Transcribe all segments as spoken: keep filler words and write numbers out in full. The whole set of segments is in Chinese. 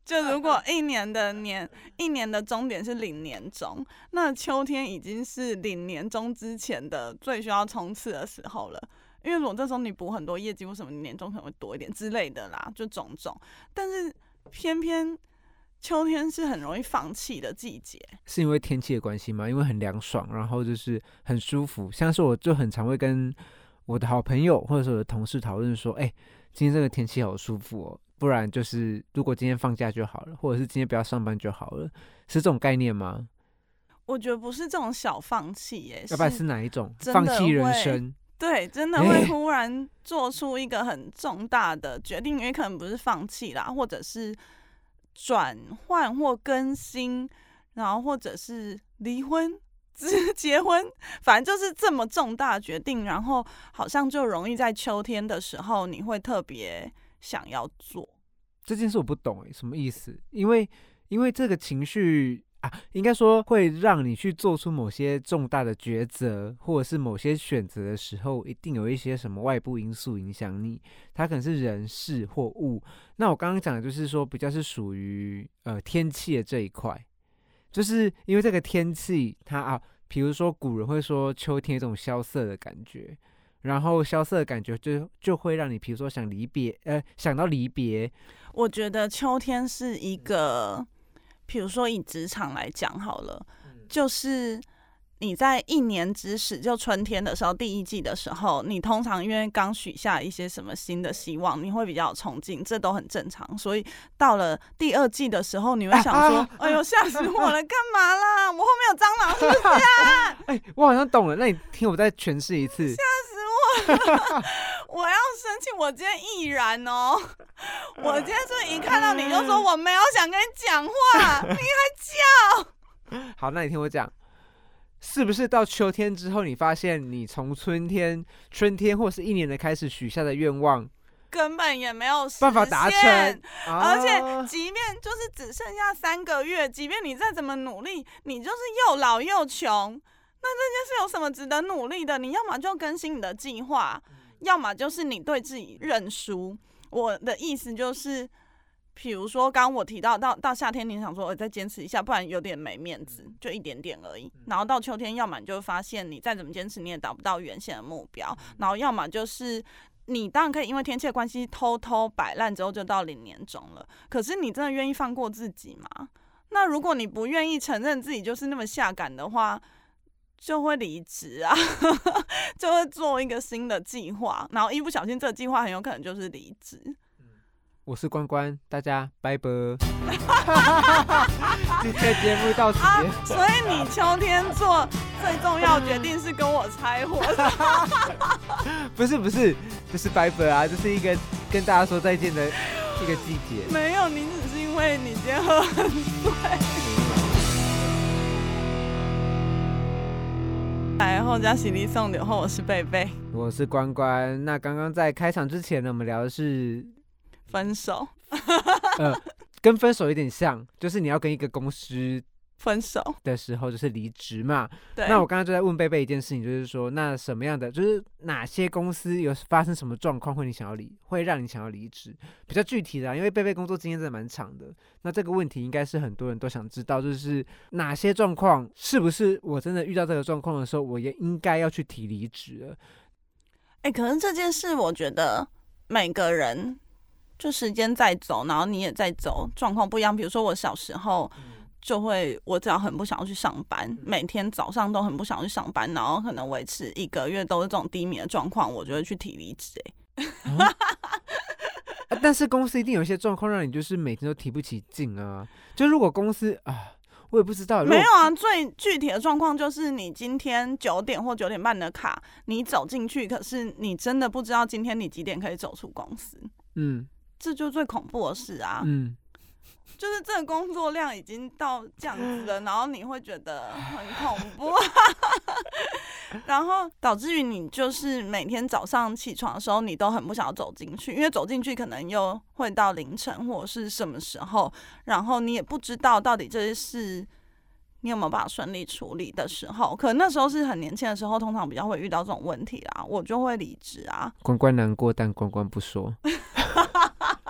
就如果一年的年一年的终点是领年终，那秋天已经是领年终之前的最需要冲刺的时候了。因为如果这时候你补很多业绩，为什么你年终可能会多一点之类的啦，就种种。但是偏偏秋天是很容易放弃的季节。 是因为天气的关系吗？因为很凉爽，然后就是很舒服。像是我就很常会跟我的好朋友或者是我的同事讨论说，哎、欸，今天这个天气好舒服哦，不然就是如果今天放假就好了，或者是今天不要上班就好了，是这种概念吗？ 我觉得不是这种小放弃耶， 要不然是哪一种？放弃人生？ 对，真的会忽然做出一个很重大的决定，因为可能不是放弃啦，或者是转换或更新，然后或者是离婚。结婚，反正就是这么重大的决定，然后好像就容易在秋天的时候，你会特别想要做这件事。我不懂哎，什么意思？因为因为这个情绪啊，应该说会让你去做出某些重大的抉择，或者是某些选择的时候，一定有一些什么外部因素影响你，它可能是人事或物。那我刚刚讲的就是说，比较是属于呃天气的这一块。就是因为这个天气，它啊，比如说古人会说秋天有一种萧瑟的感觉，然后萧瑟的感觉就就会让你，比如说想离别，呃，想到离别。 我觉得秋天是一个，比如说以职场来讲好了，嗯、就是你在一年之始，就春天的时候，第一季的时候，你通常因为刚许下一些什么新的希望，你会比较有冲劲，这都很正常。所以到了第二季的时候，你会想说：“啊啊、哎呦，吓死我了，干嘛啦？我后面有蟑螂是不是啊？” 哎，我好像懂了，那你听我再诠释一次。 吓死我了！我要生气，我今天毅然哦，我今天是一看到你就说我没有想跟你讲话，你还叫。 好，那你听我讲。是不是到秋天之后，你发现你从春天、春天或是一年的开始许下的愿望， 根本也没有实现办法达成， 啊、而且即便就是只剩下三个月，即便你再怎么努力，你就是又老又穷，那这件事有什么值得努力的？你要么就更新你的计划，要么就是你对自己认输。我的意思就是。比如说，刚刚我提到到到夏天，你想说我再坚持一下，不然有点没面子，就一点点而已。然后到秋天，要么你就发现你再怎么坚持，你也达不到原先的目标。然后要么就是你当然可以因为天气的关系偷偷摆烂，之后就到领年终了。可是你真的愿意放过自己吗？那如果你不愿意承认自己就是那么下感的话，就会离职啊，就会做一个新的计划，然后一不小心这个计划很有可能就是离职。 我是关关，大家拜拜。今天节目到此结束、 啊。所以你秋天做最重要的决定是跟我拆伙？ 不是不是，就是拜拜啊，这是一个跟大家说再见的一个季节。 没有，你只是因为你今天喝很醉。来后加洗礼送酒后，我是贝贝， 我是关关。那刚刚在开场之前呢，我们聊的是。 分手， 呃，跟分手有点像，就是你要跟一个公司分手的时候，就是离职嘛。 对。 那我刚刚就在问贝贝一件事情，就是说，那什么样的，就是哪些公司有发生什么状况会你想要离，会让你想要离职？比较具体的、啊，因为贝贝工作经验真的蛮长的。那这个问题应该是很多人都想知道，就是哪些状况，是不是我真的遇到这个状况的时候，我也应该要去提离职了？ 哎、欸，可是这件事，我觉得每个人。就时间在走，然后你也在走，状况不一样。比如说我小时候就会，我只要很不想要去上班，每天早上都很不想要去上班，然后可能维持一个月都是这种低迷的状况，我就会去提离职。哎、 嗯啊，但是公司一定有一些状况让你就是每天都提不起劲啊。就如果公司啊，我也不知道。 没有啊，最具体的状况就是你今天九点或九点半的卡，你走进去，可是你真的不知道今天你几点可以走出公司。嗯。这就是最恐怖的事啊！嗯，就是这个工作量已经到这样子了，然后你会觉得很恐怖，然后导致于你就是每天早上起床的时候，你都很不想要走进去，因为走进去可能又会到凌晨或者是什么时候，然后你也不知道到底这些事你有没有办法顺利处理的时候，可能那时候是很年轻的时候，通常比较会遇到这种问题啦，我就会离职啊。 关关难过，但关关不说。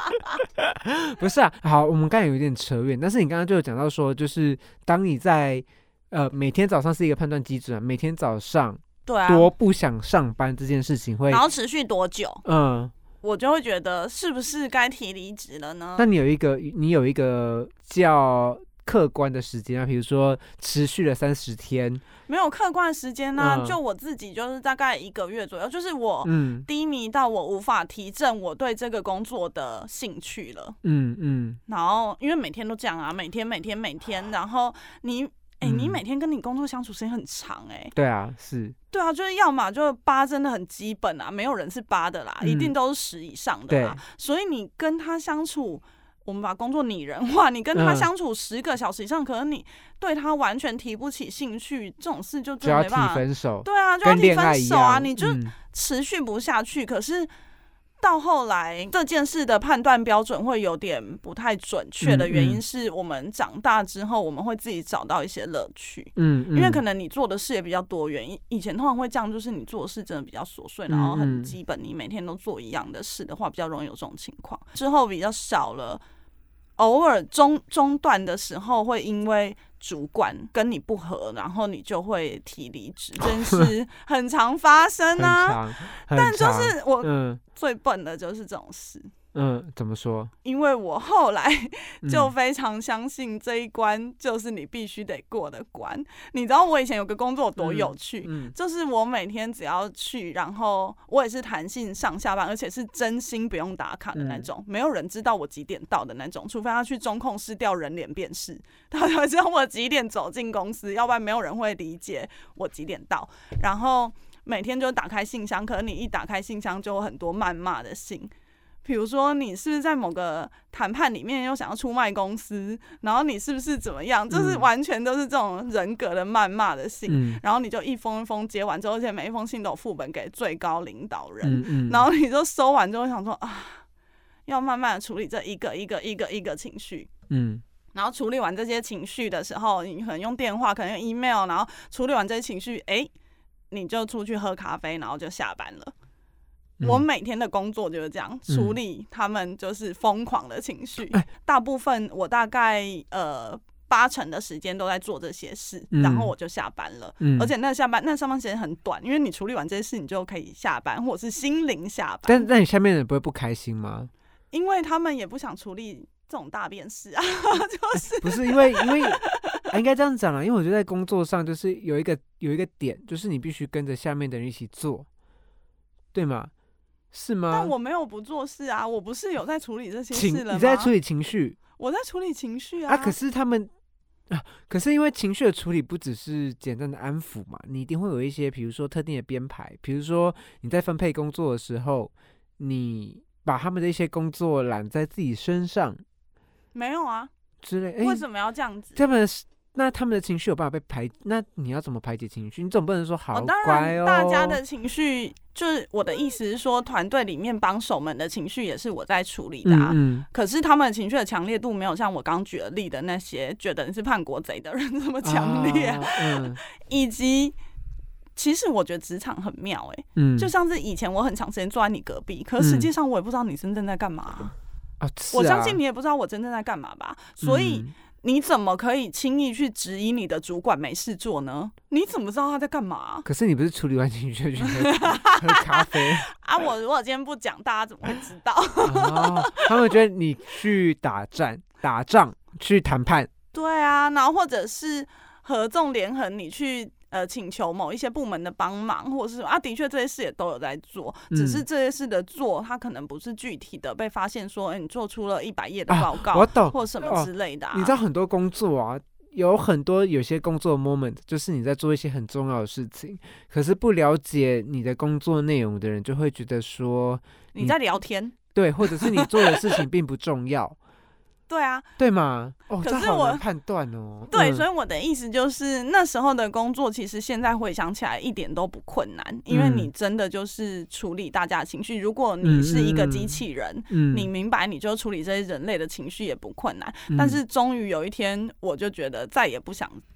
不是啊，好，我们刚才有点扯远，但是你刚刚就有讲到说，就是当你在呃每天早上是一个判断基准、啊，每天早上对啊， 多不想上班这件事情会， 然后持续多久？ 嗯， 我就会觉得是不是该提离职了呢？ 那你有一个你有一个较客观的时间啊，比如说持续了三十天， 没有客观时间啊， 嗯就我自己就是大概一个月左右，就是我嗯低迷到我无法提振我对这个工作的兴趣了。 嗯嗯， 然后因为每天都这样啊，每天每天每天，然后你哎、欸， 嗯你每天跟你工作相处时间很长哎、欸。 对啊，是， 对啊，就是要么就八真的很基本啊，没有人是八的啦， 嗯一定都是十以上的啦。所以你跟他相处，我们把工作拟人化，你跟他相处十个小时以上，嗯、可能你对他完全提不起兴趣，这种事就真的没办法。 就要提分手。 对啊，就要提分手啊，你就嗯、 持续不下去。可是到后来这件事的判断标准会有点不太准确的原因是我们长大之后我们会自己找到一些乐趣，嗯，因为可能你做的事也比较多元，以前通常会这样，就是你做的事真的比较琐碎，然后很基本，你每天都做一样的事的话比较容易有这种情况。之后比较少了，偶尔中中段的时候会因为主管跟你不合，然后你就会提离职，真是很常发生啊。但就是我最笨的就是这种事。 嗯，怎么说？ 因为我后来就非常相信这一关就是你必须得过的关。嗯、你知道我以前有个工作有多有趣，嗯嗯、就是我每天只要去，然后我也是弹性上下班，而且是真心不用打卡的那种，嗯、没有人知道我几点到的那种，除非他去中控室调人脸辨识，他才知道我几点走进公司，要不然没有人会理解我几点到。然后每天就打开信箱，可是你一打开信箱就有很多谩骂的信。比如说你是不是在某个谈判里面又想要出卖公司，然后你是不是怎么样，就是完全都是这种人格的谩骂的信、嗯、然后你就一封一封接完之后，而且每一封信都有副本给最高领导人、嗯嗯、然后你就收完之后想说啊，要慢慢的处理这一个一个一个一个情绪，嗯，然后处理完这些情绪的时候，你可能用电话，可能用 email， 然后处理完这些情绪，哎、欸，你就出去喝咖啡，然后就下班了。我每天的工作就是这样、嗯、处理他们就是疯狂的情绪、嗯、大部分我大概呃八成的时间都在做这些事、嗯、然后我就下班了、嗯、而且那下班那上班时间很短，因为你处理完这些事你就可以下班或者是心灵下班。 但那你下面人不会不开心吗？ 因为他们也不想处理这种大便事啊就是不是因为因为、啊、应该这样讲啦，因为我觉得在工作上就是有一个有一个点，就是你必须跟着下面的人一起做，对吗？是吗？ 但我没有不做事啊，我不是有在处理这些事了吗？ 你在处理情绪， 我在处理情绪啊。 啊，可是他们啊，可是因为情绪的处理不只是简单的安抚嘛，你一定会有一些，比如说特定的编排，比如说你在分配工作的时候，你把他们的一些工作揽在自己身上， 没有啊之类， 为什么要这样子？ 他们那他们的情绪有办法被排，那你要怎么排解情绪？你总不能说好乖哦。 当然，大家的情绪就是我的意思是说，团队里面帮手们的情绪也是我在处理的啊。嗯嗯可是他们的情绪的强烈度没有像我刚举的例的那些觉得你是叛国贼的人这么强烈、啊啊嗯、以及。其实我觉得职场很妙哎、欸嗯，就像是以前我很长时间坐在你隔壁，可是实际上我也不知道你真正在干嘛、啊啊啊、 我相信你也不知道我真正在干嘛吧，所以。嗯你怎么可以轻易去质疑你的主管没事做呢？你怎么知道他在干嘛、啊？ 可是你不是处理完情绪就去喝喝咖啡啊？我如果今天不讲，大家怎么会知道？ 哦、他们觉得你去打战、打仗、去谈判。 对啊，然后或者是合纵连横，你去。呃，请求某一些部门的帮忙，或者是啊，的确这些事也都有在做，只是这些事的做，它可能不是具体的被发现说，哎、欸，你做出了一百页的报告、啊， 我懂， 或什么之类的、啊哦。你知道很多工作啊，有很多有些工作 moment， 就是你在做一些很重要的事情，可是不了解你的工作内容的人，就会觉得说你, 你在聊天， 对，或者是你做的事情并不重要。 对啊， 对嘛？哦， 可是我好难判断哦。 对、 嗯， 所以我的意思就是，那时候的工作其实现在回想起来一点都不困难，因为你真的就是处理大家的情绪。如果你是一个机器人，嗯、你明白你就处理这些人类的情绪也不困难。嗯、但是终于有一天，我就觉得再也不想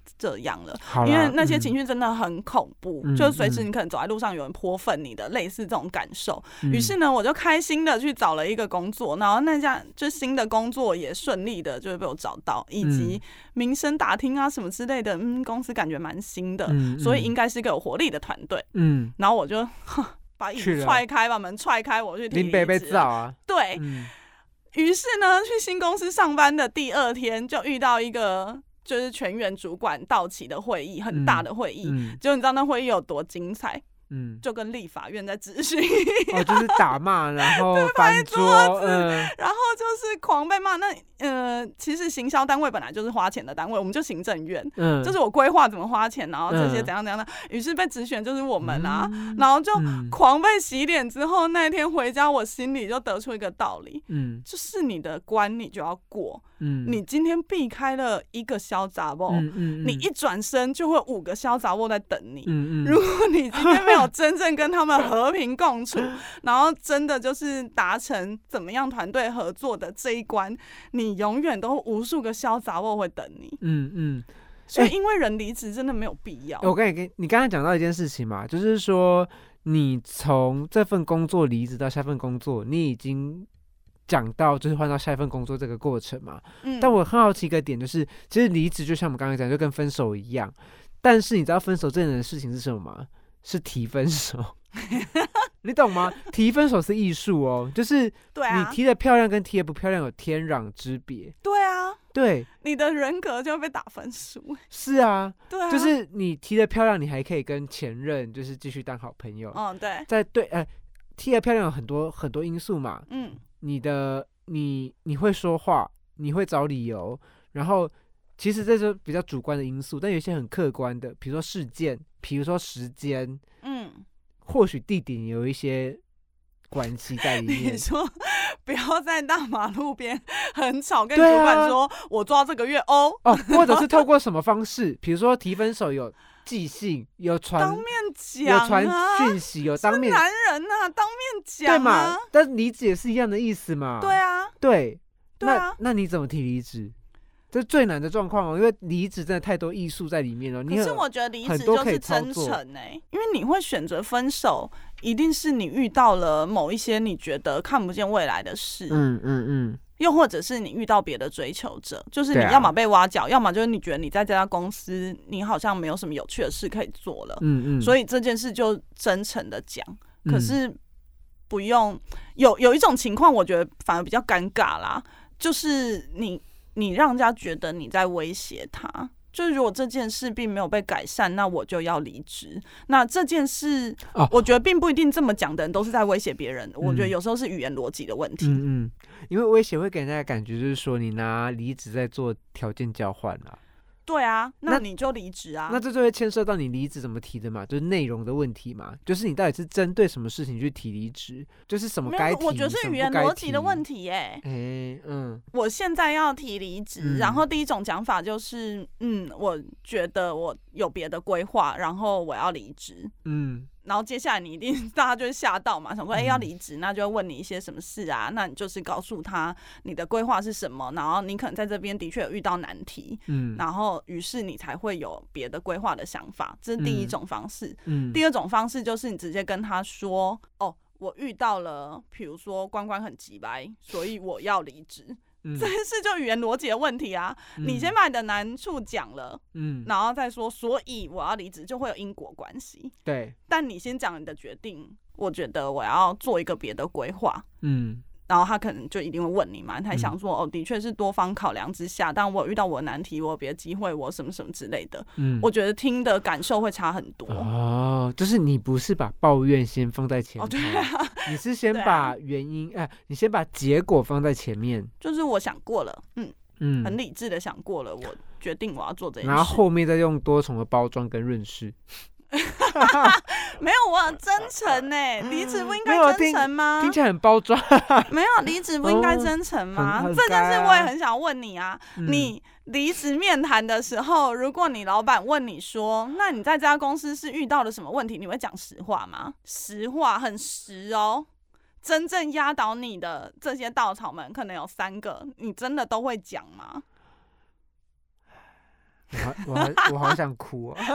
这样了， 好啦， 因为那些嗯情绪真的很恐怖， 嗯就是随时你可能走在路上有人泼粪你的，类似这种感受。 嗯于是呢，我就开心的去找了一个工作，然后那家就新的工作也顺利的就是被我找到，以及民生打听啊什么之类的，嗯，公司感觉蛮新的， 嗯嗯所以应该是一个有活力的团队。 嗯， 然后我就把椅子踹开，把门踹开，我去提离职。 林北被造啊， 对。 嗯于是呢，去新公司上班的第二天，就遇到一个就是全员主管到齐的会议，很大的会议。 嗯， 就你知道那会议有多精彩？ 嗯， 就跟立法院在质询， 哦，就是打骂，然后翻桌，嗯， 然后就是狂被骂。那呃，其实行销单位本来就是花钱的单位，我们就行政院，嗯，就是我规划怎么花钱，然后这些怎样怎样的。于是被质询就是我们啊，嗯、然后就狂被洗脸。之后那一天回家，我心里就得出一个道理，嗯，就是你的关你就要过。嗯，你今天避开了一个小杂货，嗯嗯嗯，你一转身就会五个小杂货在等你。嗯嗯，如果你今天没有真正跟他们和平共处，然后真的就是达成怎么样团队合作的这一关，你永远都无数个小杂货会等你。嗯嗯，所以因为人离职真的没有必要。 欸、我跟你你刚才讲到一件事情嘛，就是说你从这份工作离职到下份工作，你已经讲到就是换到下一份工作这个过程嘛，嗯，但我很好奇一个点就是，其实离职就像我们刚刚讲，就跟分手一样，但是你知道分手这件事情是什么吗？是提分手，你懂吗？提分手是艺术哦，就是你提的漂亮跟提的不漂亮有天壤之别。 对啊， 对， 你的人格就会被打分数。 是啊， 对啊， 就是你提的漂亮，你还可以跟前任就是继续当好朋友。 嗯，对， 在对，呃，提的漂亮有很多很多因素嘛，嗯。你的你你会说话，你会找理由，然后其实这是比较主观的因素，但有一些很客观的，比如说事件，比如说时间，嗯，或许地点有一些关系在里面。 你说不要在大马路边很吵，跟主管说、啊、我抓这个月哦哦，或者是透过什么方式，比如说提分手有寄信，有传当面讲、啊， 有传讯息，有当面男人啊，当面讲、啊， 对嘛？但离职也是一样的意思嘛。 对啊， 对， 对啊， 那那你怎么提离职？这是最难的状况哦，因为离职真的太多艺术在里面了。 可是我觉得离职就是真诚哎、欸，因为你会选择分手，一定是你遇到了某一些你觉得看不见未来的事。嗯嗯嗯。又或者是你遇到别的追求者，就是你要么被挖角，啊、要么就是你觉得你在这家公司你好像没有什么有趣的事可以做了，嗯嗯，所以这件事就真诚的讲，可是不用有有一种情况，我觉得反而比较尴尬啦，就是你你让人家觉得你在威胁他。就是如果这件事并没有被改善，那我就要离职。那这件事，哦、我觉得并不一定这么讲的人都是在威胁别人。嗯、我觉得有时候是语言逻辑的问题。 嗯嗯，因为威胁会给人家的感觉就是说你拿离职在做条件交换啦。 对啊，那你就离职啊。 那这就会牵涉到你离职怎么提的嘛，就是内容的问题嘛，就是你到底是针对什么事情去提离职，就是什么该提， 我觉得是语言逻辑的问题耶、欸。 欸、嗯， 我现在要提离职、嗯，然后第一种讲法就是，嗯，我觉得我有别的规划，然后我要离职。嗯。然后接下来你一定大家就会吓到嘛，想说哎、欸、要离职，那就会问你一些什么事啊？那你就是告诉他你的规划是什么，然后你可能在这边的确有遇到难题，嗯，然后于是你才会有别的规划的想法，这是第一种方式。嗯，第二种方式就是你直接跟他说，哦，我遇到了，比如说关关很急掰，所以我要离职。嗯、这是就语言逻辑的问题啊、嗯！你先把你的难处讲了，嗯，然后再说，所以我要离职，就会有因果关系。 对， 但你先讲你的决定，我觉得我要做一个别的规划，嗯，然后他可能就一定会问你嘛，他想说、嗯、哦，的确是多方考量之下，但我有遇到我的难题，我有别的机会，我什么什么之类的，嗯，我觉得听的感受会差很多。 哦，就是你不是把抱怨先放在前头，哦对啊、你是先把原因，哎、啊呃，你先把结果放在前面。 就是我想过了，嗯嗯，很理智的想过了，我决定我要做这件事， 然后后面再用多重的包装跟润饰。 没有，我很真诚哎，离职不应该真诚吗？ 听起来很包装。 没有，离职不应该真诚吗？哦啊、这件事我也很想问你啊。嗯、你离职面谈的时候，如果你老板问你说，那你在这家公司是遇到了什么问题？你会讲实话吗？实话，很实哦。真正压倒你的这些稻草们，可能有三个，你真的都会讲吗？ 我好我好我好想哭哦。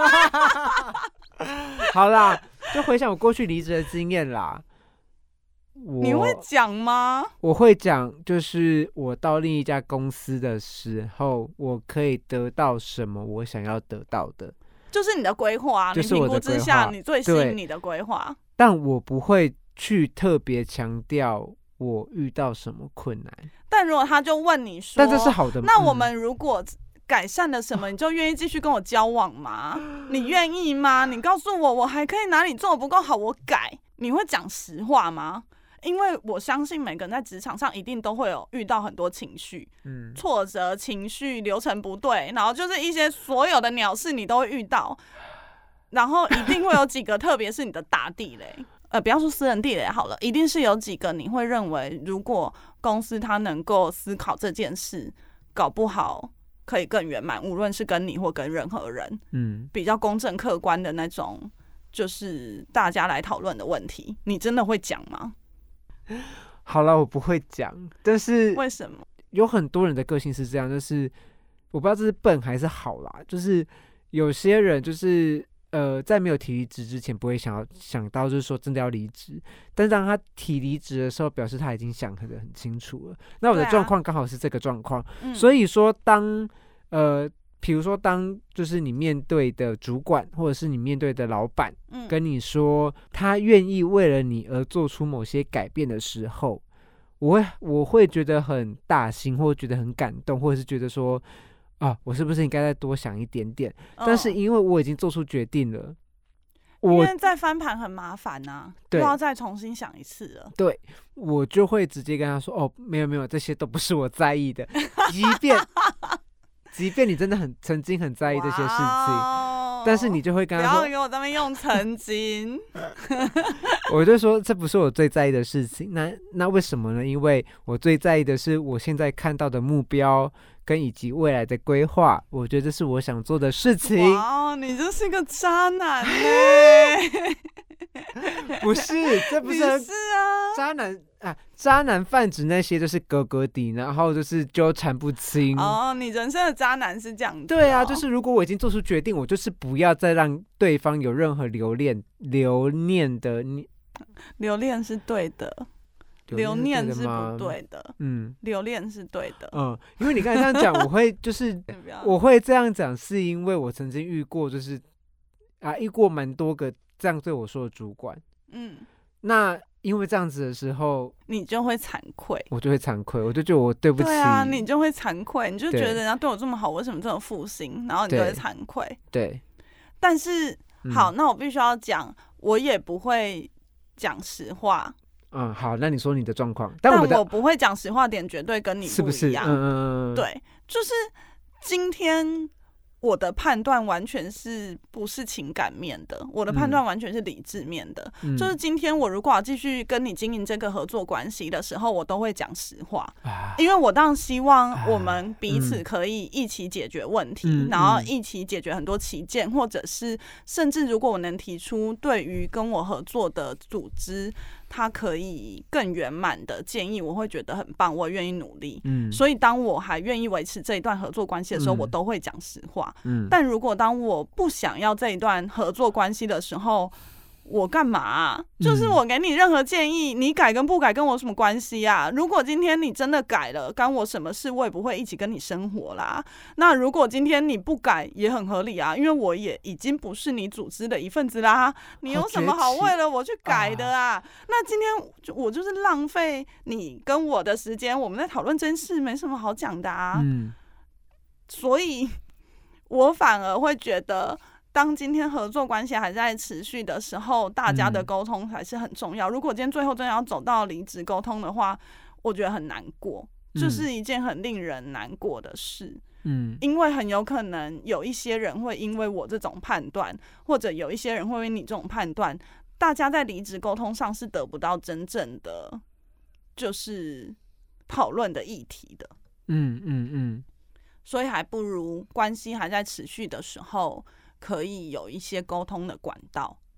好啦，就回想我过去离职的经验啦。 你会讲吗？ 我会讲，就是我到另一家公司的时候，我可以得到什么我想要得到的， 就是你的规划， 就是我的规划， 你评估之下你最吸引你的规划。 但我不会去特别强调我遇到什么困难。 但如果他就问你说， 但这是好的， 那我们如果改善了什么，你就愿意继续跟我交往吗？你愿意吗？你告诉我，我还可以哪里做得不够好，我改。你会讲实话吗？因为我相信每个人在职场上一定都会有遇到很多情绪，嗯，挫折情绪，流程不对，然后就是一些所有的鸟事你都会遇到，然后一定会有几个，特别是你的大地雷，呃，不要说私人地雷好了，一定是有几个你会认为，如果公司它能够思考这件事，搞不好可以更圆满，无论是跟你或跟任何人，嗯，比较公正客观的那种，就是大家来讨论的问题，你真的会讲吗？ 好了，我不会讲，但是为什么？ 有很多人的个性是这样，就是我不知道这是笨还是好啦，就是有些人就是呃，在没有提离职之前，不会想要想到就是说真的要离职，但是当他提离职的时候，表示他已经想得很清楚了。那我的状况刚好是这个状况，啊、所以说当呃。比如说当就是你面对的主管或者是你面对的老板跟你说他愿意为了你而做出某些改变的时候，我会我会觉得很大心，或者觉得很感动，或者是觉得说啊，我是不是应该再多想一点点、哦、但是因为我已经做出决定了， 因为再翻盘很麻烦啊，又要再重新想一次了。 对，我就会直接跟他说哦，没有没有，这些都不是我在意的，即便即便你真的很曾经很在意这些事情，但是你就会跟他说， 不要给我在那边用曾经。 我就说这不是我最在意的事情，那那为什么呢？因为我最在意的是我现在看到的目标跟以及未来的规划，我觉得这是我想做的事情。 哇，你就是个渣男耶！ 不是，这不是你是啊， 渣男啊，渣男泛指那些就是格格底，然后就是纠缠不清。 哦，你人生的渣男是这样子、哦。 对啊，就是如果我已经做出决定，我就是不要再让对方有任何留恋、留念的。 留恋是对的，留念是不对的。嗯，留恋是对的。 嗯，因为你刚才这样讲，我会就是我会这样讲，是因为我曾经遇过，就是啊，遇过蛮多个这样对我说的主管。嗯，那因为这样子的时候， 你就会惭愧， 我就会惭愧，我就觉得我对不起。 对啊，你就会惭愧，你就觉得人家对我这么好，为什么这么负心？然后你就会惭愧。 对， 但是、嗯、好，那我必须要讲，我也不会讲实话。 嗯，好，那你说你的状况，但我, 我, 但我不会讲实话点，绝对跟你不一样。 是不是？嗯嗯嗯， 对，就是今天我的判断完全是不是情感面的，我的判断完全是理智面的。嗯、就是今天我如果要继续跟你经营这个合作关系的时候，我都会讲实话、啊，因为我当然希望我们彼此可以一起解决问题，嗯、然后一起解决很多歧见，或者是甚至如果我能提出对于跟我合作的组织，他可以更圆满的建议，我会觉得很棒，我也愿意努力。嗯，所以当我还愿意维持这一段合作关系的时候，嗯、我都会讲实话。嗯，但如果当我不想要这一段合作关系的时候，我干嘛啊？就是我给你任何建议，你改跟不改跟我有什么关系啊？如果今天你真的改了，干我什么事？我也不会一起跟你生活啦。那如果今天你不改，也很合理啊，因为我也已经不是你组织的一份子啦。你有什么好为了我去改的啊？啊那今天我就是浪费你跟我的时间，我们在讨论真事，没什么好讲的啊。嗯，所以我反而会觉得，当今天合作关系还在持续的时候，大家的沟通还是很重要。如果今天最后真的要走到离职沟通的话，我觉得很难过，就是一件很令人难过的事。嗯，因为很有可能有一些人会因为我这种判断，或者有一些人会因为你这种判断，大家在离职沟通上是得不到真正的就是讨论的议题的。嗯嗯嗯，所以还不如关系还在持续的时候，可以有一些沟通的管道。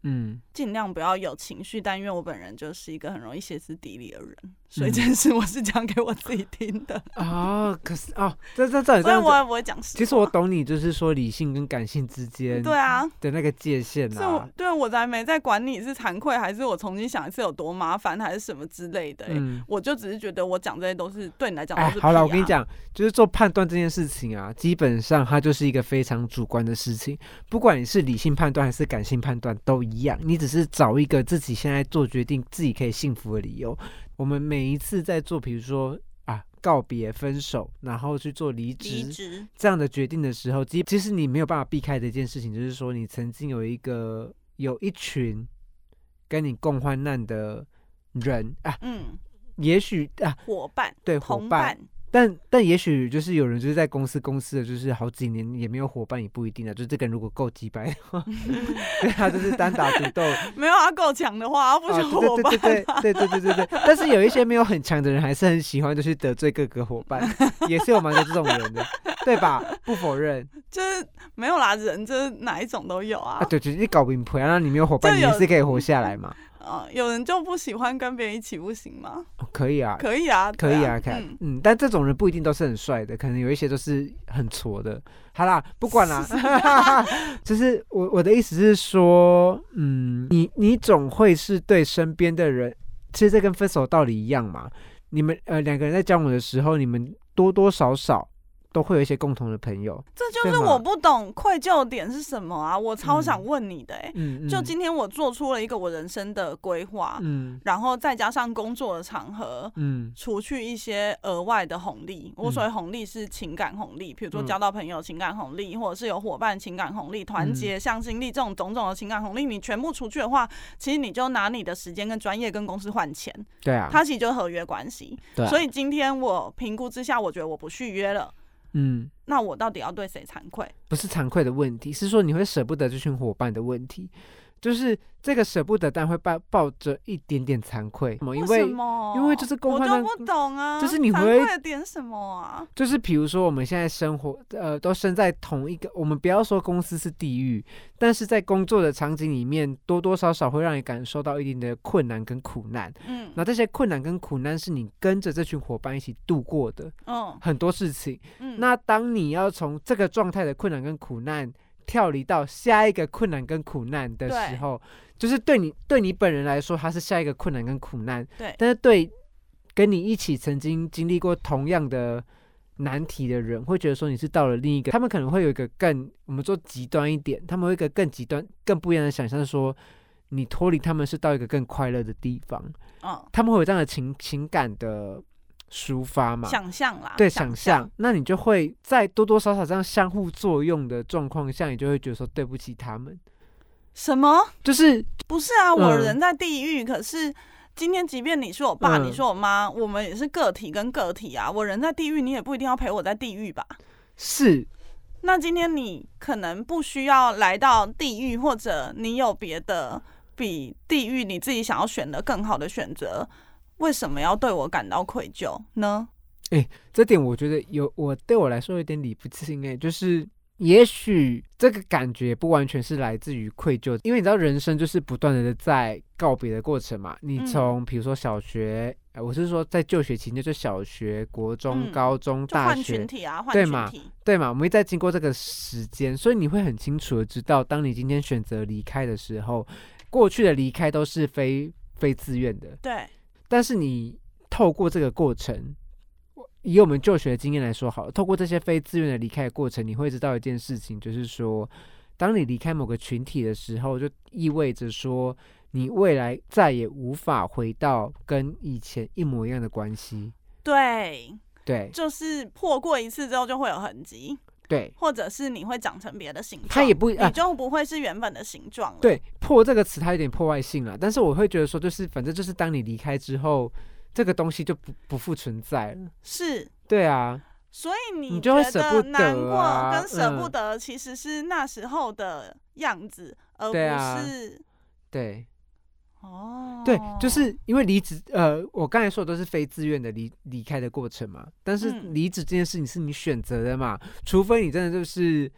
嗯， 尽量不要有情绪。但因为我本人就是一个很容易歇斯底里的人，所以这件事我是讲给我自己听的。 哦，可是哦，这这这， 所以我也不会讲实话。 其实我懂你，就是说理性跟感性之间， 对啊的那个界限啊。 所以我对我才没在管你是惭愧还是我重新想一次有多麻烦还是什么之类的、欸嗯、我就只是觉得我讲这些都是对你来讲都是、啊哎、 好了，我跟你讲，就是做判断这件事情啊，基本上它就是一个非常主观的事情，不管你是理性判断还是感性判断都一样，你只是找一个自己现在做决定自己可以幸福的理由。我们每一次在做比如说啊告别分手然后去做离职这样的决定的时候，其实你没有办法避开的一件事情就是说你曾经有一个有一群跟你共患难的人啊，嗯，也许啊伙伴， 对，伙伴，但但也许就是有人就是在公司公司的就是好几年也没有伙伴也不一定啊，就是这个人如果够鸡掰的话对他就是单打独斗没有他够强的话他不是伙伴、啊、 对对对对对对对对但是有一些没有很强的人还是很喜欢就是得罪各个伙伴也是有蛮多这种人的对吧，不否认， 就是没有啦，人就是哪一种都有啊， 啊对，就是你搞名牌然后你没有伙伴你也是可以活下来嘛呃、有人就不喜欢跟别人一起不行吗、 哦、可以啊可以啊可以啊看、嗯, 嗯但这种人不一定都是很帅的，可能有一些都是很挫的。好啦不管啦就是我我的意思是说嗯你你总会是对身边的人，其实这跟分手道理一样嘛，你们呃两个人在交往的时候你们多多少少都会有一些共同的朋友， 这就是我不懂愧疚点是什么啊！我超想问你的、欸嗯、 就今天我做出了一个我人生的规划、嗯，然后再加上工作的场合，嗯，除去一些额外的红利，我所谓红利是情感红利，比如说交到朋友情感红利，或者是有伙伴情感红利、团结、向心力这种种种的情感红利，你全部除去的话，其实你就拿你的时间跟专业跟公司换钱， 对啊， 它其实就是合约关系、啊，所以今天我评估之下，我觉得我不续约了。嗯，那我到底要对谁惭愧？ 不是惭愧的问题，是说你会舍不得这群伙伴的问题。就是这个舍不得，但会抱抱着一点点惭愧，因为为什么？ 因为就是共患难， 我就不懂啊。 就是你会惭愧的点什么啊？ 就是比如说我们现在生活，呃，都身在同一个，我们不要说公司是地狱，但是在工作的场景里面，多多少少会让你感受到一定的困难跟苦难。嗯，那这些困难跟苦难是你跟着这群伙伴一起度过的，嗯，很多事情。嗯，那当你要从这个状态的困难跟苦难跳离到下一个困难跟苦难的时候，就是对你对你本人来说它是下一个困难跟苦难， 对， 但是对跟你一起曾经经历过同样的难题的人会觉得说你是到了另一个，他们可能会有一个更，我们说极端一点，他们会有一个更极端更不一样的想象，说你脱离他们是到一个更快乐的地方、哦、他们会有这样的 情, 情感的抒发嘛， 想象啦， 对，想象，那你就会在多多少少这样相互作用的状况下，你就会觉得说对不起他们。 什么？ 就是不是啊？我人在地狱、嗯，可是今天即便你是我爸、嗯，你是我妈，我们也是个体跟个体啊。我人在地狱，你也不一定要陪我在地狱吧？ 是。 那今天你可能不需要来到地狱，或者你有别的比地狱你自己想要选的更好的选择。为什么要对我感到愧疚呢？ 欸，这点我觉得有，我对我来说有点理不清欸，就是也许这个感觉不完全是来自于愧疚，因为你知道人生就是不断的在告别的过程嘛。你从比如说小学、嗯，我是说在就学期间，就小学、国中、嗯、高中、大学， 换群体啊，换群体，对嘛？对嘛？我们会在经过这个时间，所以你会很清楚的知道，当你今天选择离开的时候，过去的离开都是非非自愿的， 对。 但是你透过这个过程，以我们就学的经验来说好了，透过这些非自愿的离开的过程，你会知道一件事情，就是说当你离开某个群体的时候，就意味着说你未来再也无法回到跟以前一模一样的关系。 对对， 就是破过一次之后就会有痕迹， 对，或者是你会长成别的形状， 它也不、 啊、你就不会是原本的形状了。 对，破这个词它有点破坏性了，但是我会觉得说，就是反正就是当你离开之后，这个东西就不不复存在了。 是， 对啊， 所以你就会舍不得、啊、 难过跟舍不得，其实是那时候的样子，嗯、而不是对。对哦， 对，就是因为离职，呃，我刚才说的都是非自愿的离离开的过程嘛，但是离职这件事情是你选择的嘛，嗯、除非你真的就是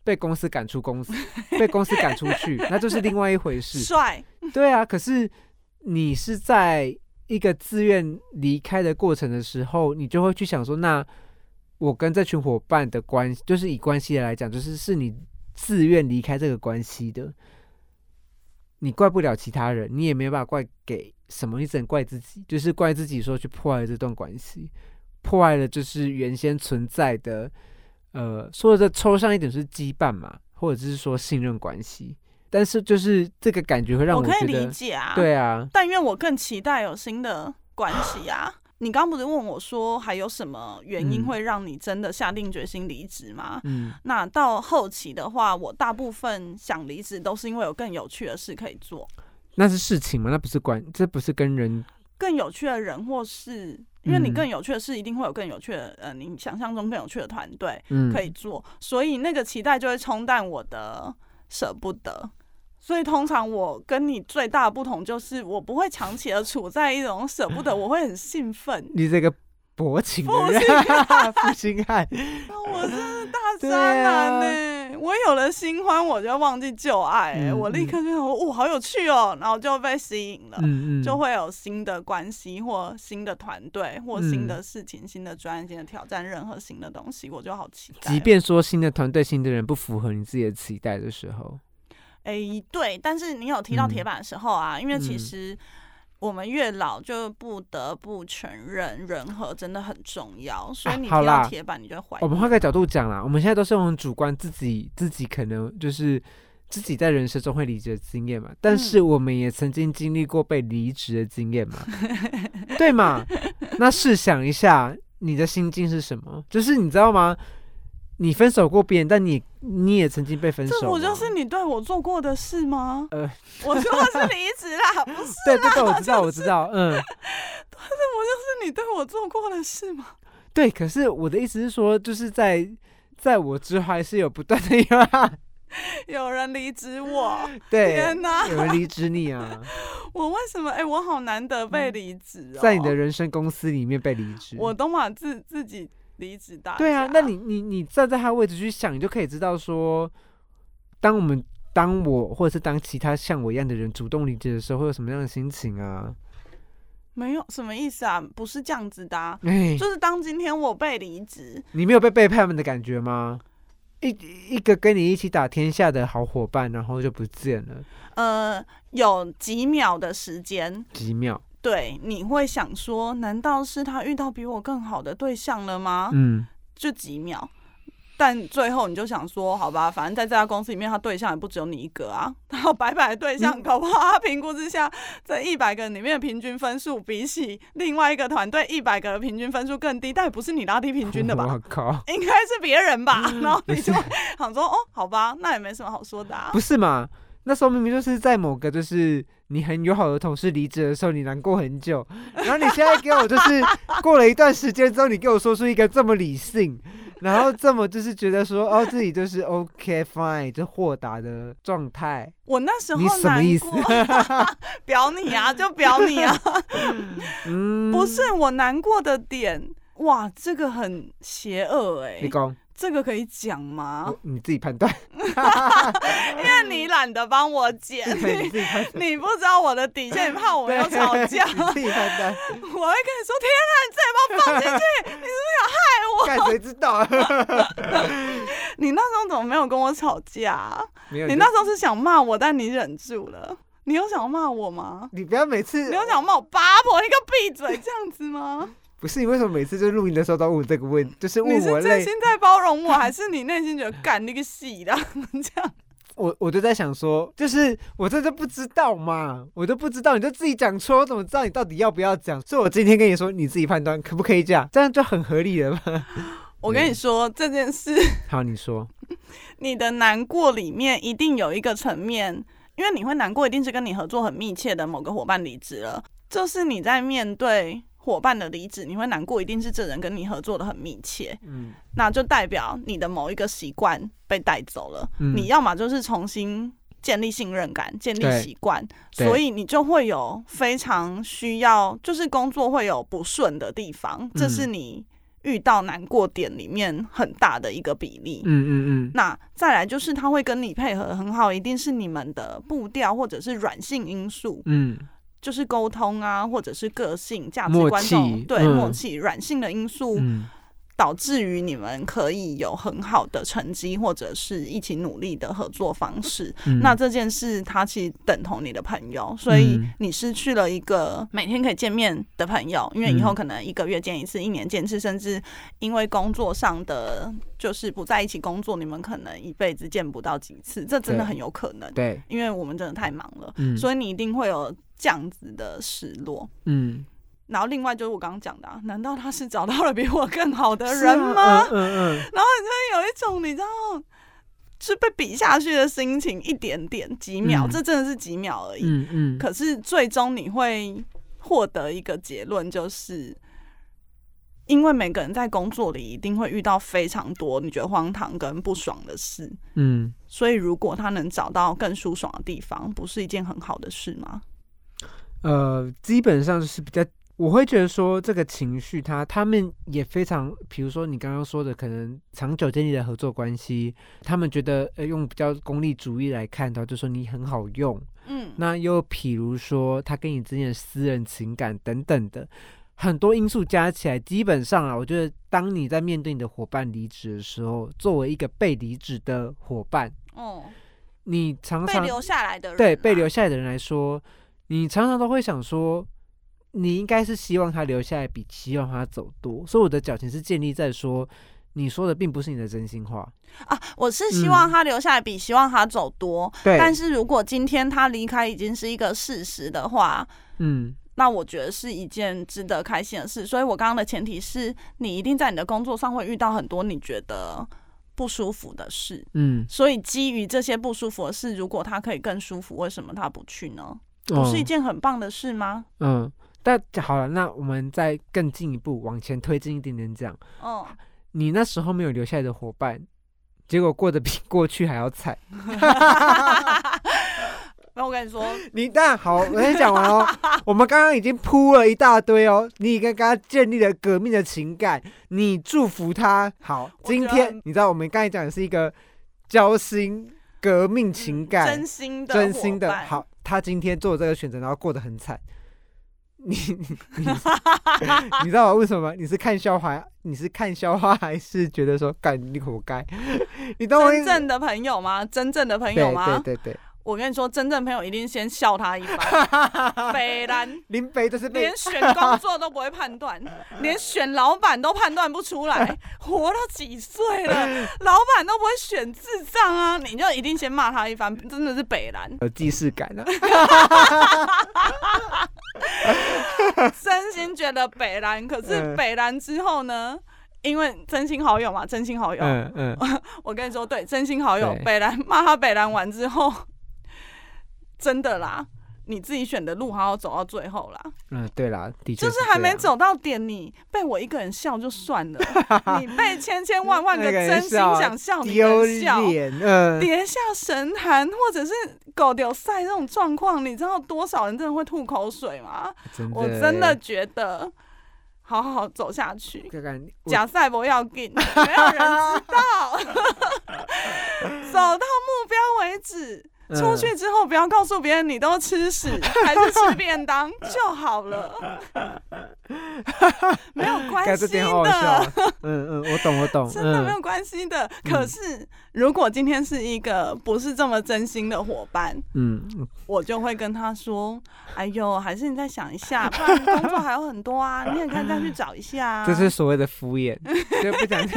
被公司赶出公司，被公司赶出去，那就是另外一回事。 帅， 对啊，可是你是在一个自愿离开的过程的时候，你就会去想说，那我跟这群伙伴的关系，就是以关系来讲，就是是你自愿离开这个关系的，你怪不了其他人，你也没办法怪给什么，你只能怪自己，就是怪自己说去破坏这段关系，破坏了就是原先存在的，呃，说的抽象一点是羁绊嘛，或者是说信任关系。但是就是这个感觉会让我觉得， 我可以理解啊， 对啊， 但因为我更期待有新的关系啊。你刚刚不是问我说还有什么原因会让你真的下定决心离职吗？嗯，那到后期的话，我大部分想离职都是因为有更有趣的事可以做。 那是事情吗？那不是关，这不是跟人更有趣的人或事，因为你更有趣的事一定会有更有趣的，呃，你想象中更有趣的团队可以做，嗯，所以那个期待就会冲淡我的舍不得。所以通常我跟你最大的不同就是，我不会长期的处在一种舍不得，我会很兴奋。 你这个薄情的人，负心汉， 我真是大渣男呢，欸啊！我有了新欢，我就忘记旧爱，欸嗯，我立刻就想，哦，好有趣哦，然后就被吸引了，嗯嗯，就会有新的关系或新的团队或新的事情，嗯，新的专业、新的挑战，任何新的东西，我就好期待。 即便说新的团队、新的人不符合你自己的期待的时候。 哎，欸，对，但是你有提到铁板的时候啊，嗯，因为其实我们越老就不得不承认人和真的很重要，所以你提到铁板，你就会怀疑。 我们换个角度讲啦，我们现在都是用主观自己自己可能就是自己在人生中会离职的经验嘛，但是我们也曾经经历过被离职的经验嘛，嗯，对嘛？那试想一下，你的心境是什么？就是你知道吗？你分手过别人，但你你也曾经被分手，这不就是你对我做过的事吗？呃，我说的是离职啦，不是啦。 对对对，我知道，就是，我知道，嗯。但是我就是你对我做过的事吗？ 对，可是我的意思是说，就是在在我之后还是有不断的有有人离职我， 对， 天哪， 有人离职你啊！ 我为什么？哎，欸，我好难得被离职哦， 在你的人生公司里面被离职， 我都把自自己。离职大家对啊，那你你你站在他的位置去想，你就可以知道说，当我们当我或者是当其他像我一样的人主动离职的时候，会有什么样的心情啊？ 没有什么意思啊，不是这样子的，啊欸，就是当今天我被离职， 你没有被背叛的感觉吗？一一个跟你一起打天下的好伙伴，然后就不见了。 呃，有几秒的时间， 几秒。 对，你会想说，难道是他遇到比我更好的对象了吗？嗯，就几秒，但最后你就想说，好吧，反正在这家公司里面，他对象也不只有你一个啊，他有百百的对象，嗯，搞不好他评估之下，这一百个人里面的平均分数，比起另外一个团队一百个的平均分数更低，但也不是你拉低平均的吧？我靠，应该是别人吧？然后你就想说，哦，好吧，那也没什么好说的啊， 不是嘛？那时候明明就是在某个就是你很友好的同事离职的时候，你难过很久，然后你现在给我就是过了一段时间之后，你给我说出一个这么理性，然后这么就是觉得说哦自己就是 OK fine 就豁达的状态。 我那时候你什么意思？ 表你啊，就表你啊。嗯，不是我难过的点，哇，这个很邪恶哎，欸。 你讲。 这个可以讲吗？ 你自己判断， 因为你懒得帮我剪，你, 你不知道我的底线，你怕我们要吵架。 你自己判断， 我会跟你说：“天啊，你这把我放进去，你是不是想害我？” 看谁知道？ 你那时候怎么没有跟我吵架，啊？你那时候是想骂我，但你忍住了。你有想骂我吗？ 你不要每次， 你有想骂我八婆，你给我闭嘴这样子吗？ 不是，你为什么每次就录音的时候都问这个问，就是问我累？ 你是真心在包容我，还是你内心觉得干那个戏的这样？ 我我就在想说，就是我这就不知道嘛，我都不知道，你就自己讲错，我怎么知道你到底要不要讲？所以我今天跟你说，你自己判断可不可以讲，这样就很合理了吧？ 我跟你说这件事， 好，你说， 你的难过里面一定有一个层面，因为你会难过，一定是跟你合作很密切的某个伙伴离职了，就是你在面对伙伴的离职，你会难过，一定是这人跟你合作的很密切，嗯，那就代表你的某一个习惯被带走了，嗯，你要么就是重新建立信任感，建立习惯，所以你就会有非常需要，就是工作会有不顺的地方，这是你遇到难过点里面很大的一个比例。 嗯嗯嗯。 那再来就是他会跟你配合很好，一定是你们的步调或者是软性因素。嗯。就是沟通啊，或者是个性、价值观这种对、嗯、默契、软性的因素。嗯，导致于你们可以有很好的成绩，或者是一起努力的合作方式。嗯、那这件事它其实等同你的朋友，所以你失去了一个每天可以见面的朋友，因为以后可能一个月见一次，一年见一次，甚至因为工作上的就是不在一起工作，你们可能一辈子见不到几次，这真的很有可能。 对， 因为我们真的太忙了，嗯、所以你一定会有这样子的失落。嗯。然后另外就是我刚刚讲的、啊，难道他是找到了比我更好的人吗？啊、嗯嗯嗯然后你就有一种你知道是被比下去的心情，一点点几秒、嗯，这真的是几秒而已。嗯嗯。可是最终你会获得一个结论，就是因为每个人在工作里一定会遇到非常多你觉得荒唐跟不爽的事。嗯。所以如果他能找到更舒爽的地方，不是一件很好的事吗？ 呃，基本上就是比较。我会觉得说这个情绪他他们也非常，比如说你刚刚说的可能长久建立的合作关系，他们觉得、呃、用比较功利主义来看到，就说你很好用。嗯，那又譬如说他跟你之间的私人情感等等的很多因素加起来，基本上啊，我觉得当你在面对你的伙伴离职的时候，作为一个被离职的伙伴，哦，你常常被留下来的人、啊、 对被留下来的人来说，你常常都会想说你应该是希望他留下来比希望他走多，所以我的矫情是建立在说你说的并不是你的真心话啊，我是希望他留下来比希望他走多、嗯、但是如果今天他离开已经是一个事实的话，嗯，那我觉得是一件值得开心的事。所以我刚刚的前提是你一定在你的工作上会遇到很多你觉得不舒服的事，嗯，所以基于这些不舒服的事，如果他可以更舒服，为什么他不去呢？不是一件很棒的事吗？ 嗯，但好了，那我们再更进一步往前推进一点点讲。哦，你那时候没有留下来的伙伴，结果过得比过去还要惨。 那我跟你说， 你但好，我先讲完哦。我们刚刚已经铺了一大堆哦，你已经跟他建立了革命的情感，你祝福他。好，今天你知道我们刚才讲的是一个交心革命情感、嗯、 真心的真心的。好，他今天做这个选择，然后过得很惨。你 你, 你, 你知道我为什么吗？你是看笑话，你是看笑话，还是觉得说干你活该？你懂我意思？ 真正的朋友吗？真正的朋友吗？ 对对对对。 我跟你说，真正朋友一定先笑他一番。北兰林北就是连选工作都不会判断，连选老板都判断不出来。活到几岁了，老板都不会选智障啊！你就一定先骂他一番，真的是北兰有既视感啊。 真心觉得北兰，可是北兰之后呢？因为真心好友嘛，真心好友。嗯嗯，我跟你说，对，真心好友，北兰骂他北兰完之后。真的啦，你自己选的路好好走到最后啦。 嗯，对啦，的确就是还没走到点，你被我一个人笑就算了，你被千千万万个真心想笑你的笑，嗯，跌下神坛或者是狗丢赛这种状况，你知道多少人真的会吐口水吗？真我真的觉得。好好走下去，假赛不要紧，没有人知道，走到目标为止。出去之后不要告诉别人你都吃屎还是吃便当就好了，没有关系的。 嗯嗯，我懂我懂， 真的没有关系的。嗯、可是如果今天是一个不是这么真心的伙伴，嗯，我就会跟他说：“哎呦，还是你再想一下，不然工作还有很多啊，你也可以再去找一下、啊。” 这是所谓的敷衍，就不讲。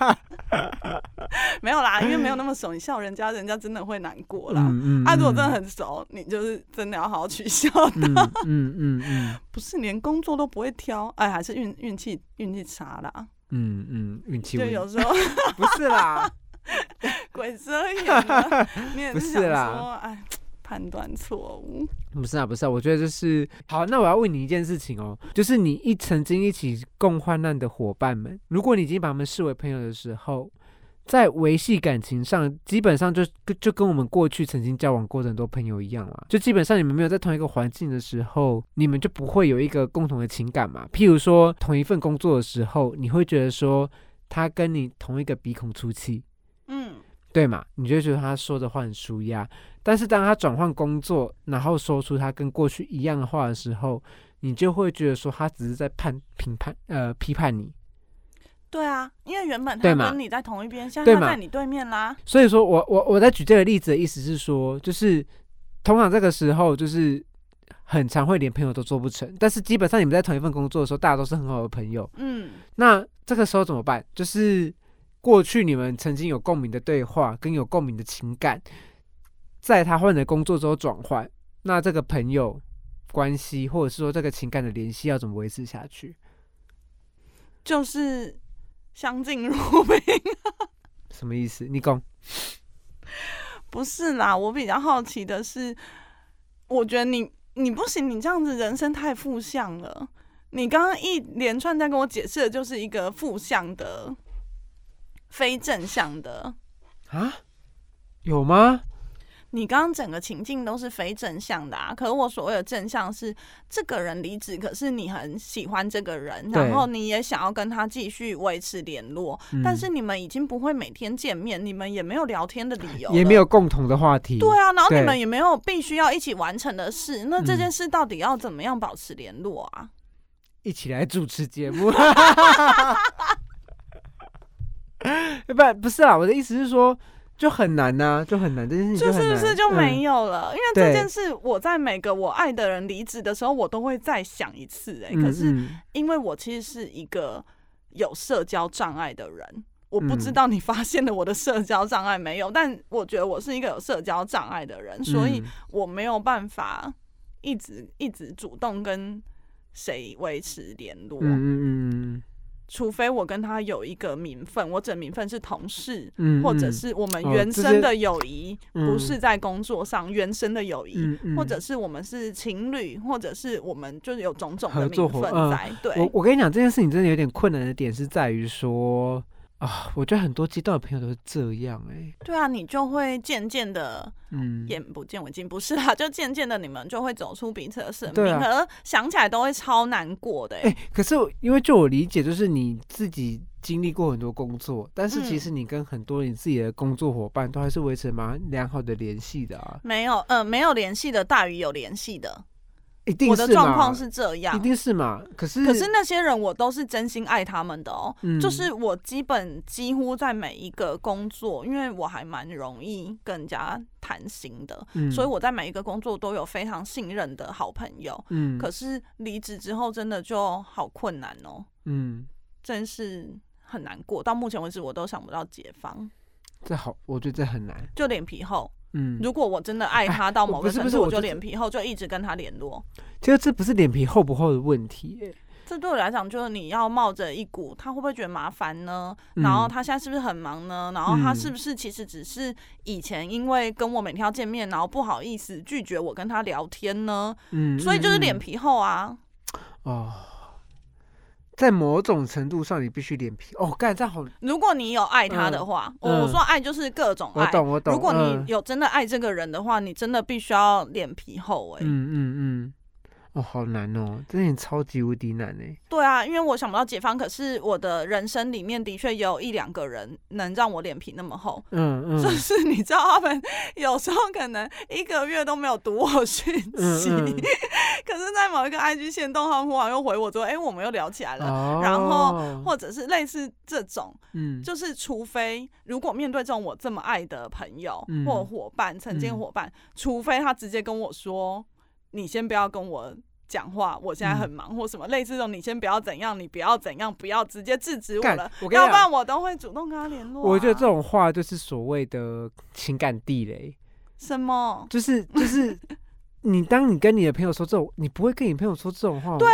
没有啦，因为没有那么熟，你笑人家，人家真的会难过啦。嗯嗯、啊，如果真的很熟，你就是真的要好好取笑他。嗯嗯嗯嗯，不是连工作都不会挑，哎，还是运运气运气差啦。 嗯嗯，运气就有时候不是啦， 鬼遮眼了，你也是想说，哎。判断错误不是啊，不是啊，我觉得就是好。那我要问你一件事情哦，就是你一曾经一起共患难的伙伴们，如果你已经把他们视为朋友的时候， 在维系感情上，基本上就就跟我们过去曾经交往过的很多朋友一样啦，就基本上你们没有在同一个环境的时候，你们就不会有一个共同的情感嘛。譬如说同一份工作的时候，你会觉得说他跟你同一个鼻孔出气， 嗯， 对嘛？你就会觉得他说的话很舒压。但是当他转换工作，然后说出他跟过去一样的话的时候，你就会觉得说他只是在判评判呃批判你。 对啊，因为原本对嘛他跟你在同一边，现在对嘛他在你对面啦。 所以说我我我在举这个例子的意思是说，就是通常这个时候就是很常会连朋友都做不成，但是基本上你们在同一份工作的时候，大家都是很好的朋友。 嗯， 那这个时候怎么办？就是过去你们曾经有共鸣的对话跟有共鸣的情感，在他换了工作之后转换，那这个朋友关系或者是说这个情感的联系要怎么维持下去？ 就是相敬如宾。 什么意思？你讲。 不是啦，我比较好奇的是，我觉得你你不行，你这样子人生太负向了。你刚刚一连串在跟我解释的就是一个负向的、非正向的啊？有吗？ 你刚刚整个情境都是非正向的啊，可是我所谓的正向是这个人离职，可是你很喜欢这个人，然后你也想要跟他继续维持联络，嗯，但是你们已经不会每天见面，你们也没有聊天的理由了， 也没有共同的话题。 对啊，然后你们也没有必须要一起完成的事，那这件事到底要怎么样保持联络啊？ 一起来主持节目。不不是啦，我的意思是说就很难呐、啊，就很难，这件事情就很难， 就是不是就没有了？嗯、因为这件事，我在每个我爱的人离职的时候，我都会再想一次、欸。哎、嗯，可是因为我其实是一个有社交障碍的人，我不知道你发现了我的社交障碍没有？嗯、但我觉得我是一个有社交障碍的人，所以我没有办法一直一直主动跟谁维持联络。嗯嗯嗯。除非我跟他有一个名分，我整名分是同事、嗯，或者是我们原生的友谊、哦，不是在工作上、嗯、原生的友谊、嗯，或者是我们是情侣，或者是我们就是有种种的名分在。呃、对， 我我跟你讲，这件事情真的有点困难的点是在于说啊，我觉得很多阶段的朋友都是这样哎、欸。 对啊，你就会渐渐的，嗯，眼不见为净，不是啦，就渐渐的你们就会走出彼此的生命，啊、可是想起来都会超难过的哎、欸欸。可是因为就我理解，就是你自己经历过很多工作，但是其实你跟很多你自己的工作伙伴都还是维持蛮良好的联系的啊。 没有，呃，没有联系的大于有联系的。 一定是我的状况是这样， 一定是嘛？可是可是那些人我都是真心爱他们的哦、嗯，就是我基本几乎在每一个工作，因为我还蛮容易跟人家谈心的、嗯，所以我在每一个工作都有非常信任的好朋友。嗯，可是离职之后真的就好困难哦，嗯，真是很难过。到目前为止我都想不到解方。 这好，我觉得这很难， 就脸皮厚。嗯，如果我真的爱他到某个程度，我就脸皮厚，就一直跟他联络。 其实这不是脸皮厚不厚的问题、欸， 这对我来讲，就是你要冒着一股他会不会觉得麻烦呢、嗯？然后他现在是不是很忙呢？然后他是不是其实只是以前因为跟我每天要见面，然后不好意思拒绝我跟他聊天呢？嗯，所以就是脸皮厚啊。哦。 在某种程度上，你必须脸皮哦。干这样好。如果你有爱他的话，嗯、我说爱就是各种爱。 我懂，我懂。 如果你有真的爱这个人的话，嗯、你真的必须要脸皮厚哎、欸。 嗯嗯嗯。哦，好难哦，这点超级无敌难哎。 对啊，因为我想不到解方，可是我的人生里面的确有一两个人能让我脸皮那么厚。嗯嗯。就是你知道，他们有时候可能一个月都没有读我讯息，嗯嗯可是在某一个 I G 限动，他们忽然又回我说：“哎、欸，我们又聊起来了。哦”然后或者是类似这种，嗯，就是除非如果面对这种我这么爱的朋友、嗯、或伙伴、曾经伙伴、嗯，除非他直接跟我说。你先不要跟我讲话，我现在很忙，嗯、或什么类似这种，你先不要怎样，你不要怎样，不要直接制止我了，我要不然我都会主动跟他联络、啊。 我觉得这种话就是所谓的情感地雷。 什么？ 就是就是，你当你跟你的朋友说这种，你不会跟你朋友说这种话吗？ 对啊，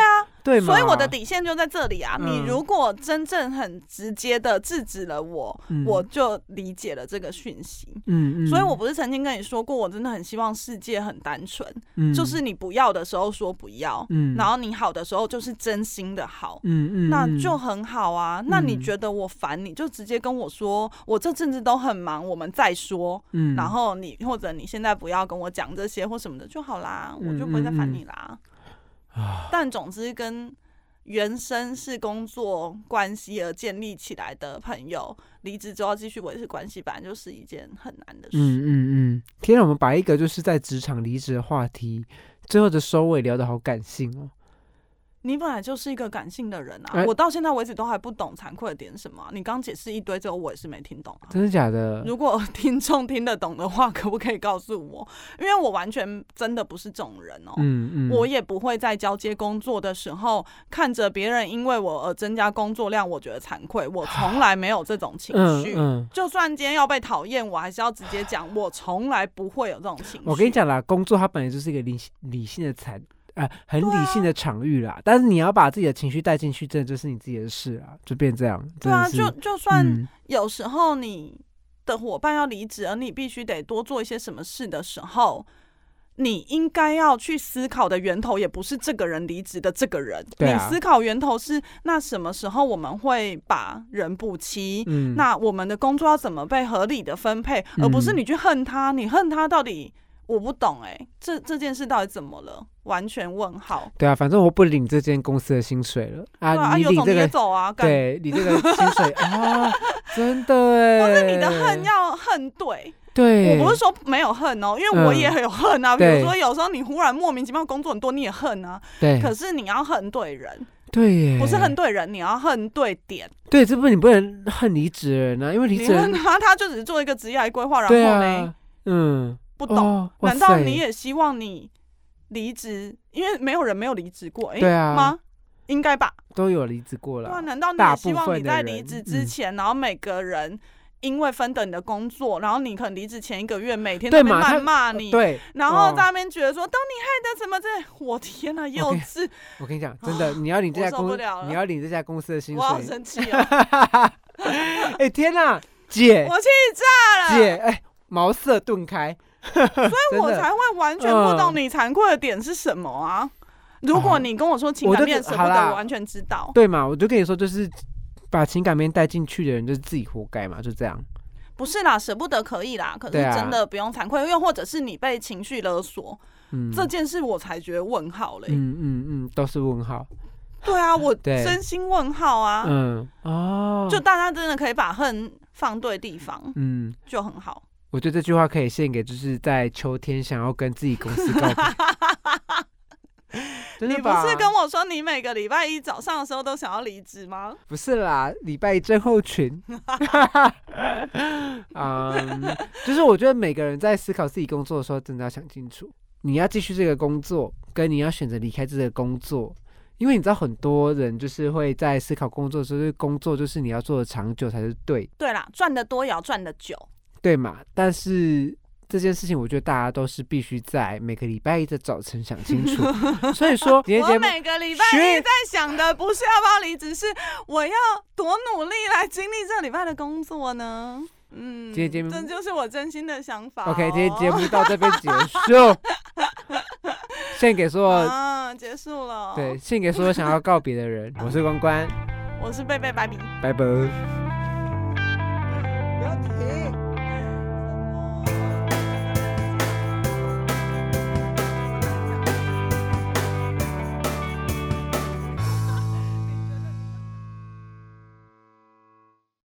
对嘛？ 所以我的底线就在这里啊！ 嗯、 你如果真正很直接的制止了我，嗯、我就理解了这个讯息。嗯嗯。所以我不是曾经跟你说过，我真的很希望世界很单纯，嗯、就是你不要的时候说不要，嗯、然后你好的时候就是真心的好，嗯嗯，那就很好啊。嗯、那你觉得我烦，你就直接跟我说，我这阵子都很忙，我们再说。嗯，然后你或者你现在不要跟我讲这些或什么的就好啦，嗯、我就不会再烦你啦。嗯嗯、但总之跟原生是工作关系而建立起来的朋友，离职之后继续维持关系，本来就是一件很难的事。 嗯嗯嗯。天啊，我们把一个就是在职场离职的话题，最后的收尾聊得好感性哦。 你本来就是一个感性的人啊，欸、我到现在为止都还不懂惭愧的点什么、啊。你刚解释一堆之后，我也是没听懂啊。 真的假的？ 如果听众听得懂的话，可不可以告诉我？因为我完全真的不是这种人哦。嗯嗯。我也不会在交接工作的时候看着别人因为我而增加工作量，我觉得惭愧。我从来没有这种情绪。嗯嗯、就算今天要被讨厌，我还是要直接讲，我从来不会有这种情绪。 我跟你讲啦，工作它本来就是一个理理性的产。呃，很理性的场域啦，啊、但是你要把自己的情绪带进去，真的就是你自己的事啊，就变这样。 对啊，就就算有时候你的伙伴要离职，而你必须得多做一些什么事的时候，你应该要去思考的源头也不是这个人离职的这个人， 啊、 你思考源头是那什么时候我们会把人补齐，嗯、那我们的工作要怎么被合理的分配，嗯、而不是你去恨他，你恨他到底。我不懂哎、欸，这这件事到底怎么了？完全问号。 对啊，反正我不领这间公司的薪水了啊！ 对啊， 你领这个， 有种你也走啊！ 对，你这个薪水啊，真的哎。 或者你的恨要恨对。 对， 我不是说没有恨哦，因为我也有恨啊。嗯、比如说有时候你忽然莫名其妙工作很多，你也恨啊。 对。 可是你要恨对人。 对耶。 不是恨对人，你要恨对点。 对，这不你不能恨离职人啊，因为离职人他他就只是做一个职业规划，然后呢， 啊、嗯。 不懂、哦，难道你也希望你离职？因为没有人没有离职过，哎、欸， 对啊， 吗？应该吧， 都有离职过了。 对啊，难道你也希望你在离职之前，嗯、然后每个人因为分等你的工作，然后你可能离职前一个月每天都在谩骂你， 对， 然后在那边觉得说，都、哦、你害的什么这？我天哪、啊，幼稚！ Okay, 我跟你讲，真的，你要领这家公司，你要领这家公司的薪水， 我好生气啊！ 哎、欸，天哪、啊，姐， 我气炸了， 姐，哎、欸，茅塞顿开。 所以我才会完全不懂你惭愧的点是什么啊！嗯、如果你跟我说情感面舍不得，我完全知道。 对嘛？我就跟你说，就是把情感面带进去的人，就是自己活该嘛，就这样。 不是啦，舍不得可以啦，可是真的不用惭愧，因为或者是你被情绪勒索，嗯、这件事我才觉得问号嘞。 嗯嗯嗯，都是问号。 对啊，我真心问号啊。 嗯哦， 就大家真的可以把恨放对地方，嗯，就很好。 我觉得这句话可以献给就是在秋天想要跟自己公司告别。 你不是跟我说你每个礼拜一早上的时候都想要离职吗？ 不是啦，礼拜一症候群。嗯，就是我觉得每个人在思考自己工作的时候，真的要想清楚，你要继续这个工作，跟你要选择离开这个工作。因为你知道很多人就是会在思考工作的时候，工作就是你要做的长久才是对。 对啦，赚得多也要赚得久。 对嘛？但是这件事情，我觉得大家都是必须在每个礼拜一的早晨想清楚。所以说， 我每个礼拜一在想的不是要不要离职，是我要多努力来经历这礼拜的工作呢？嗯，今天节目这就是我真心的想法、哦。 OK， 今天节目到这边结束。献给所有啊，结束了。 对，献给所有想要告别的人。我是关关， 我是贝贝，拜比， 拜拜。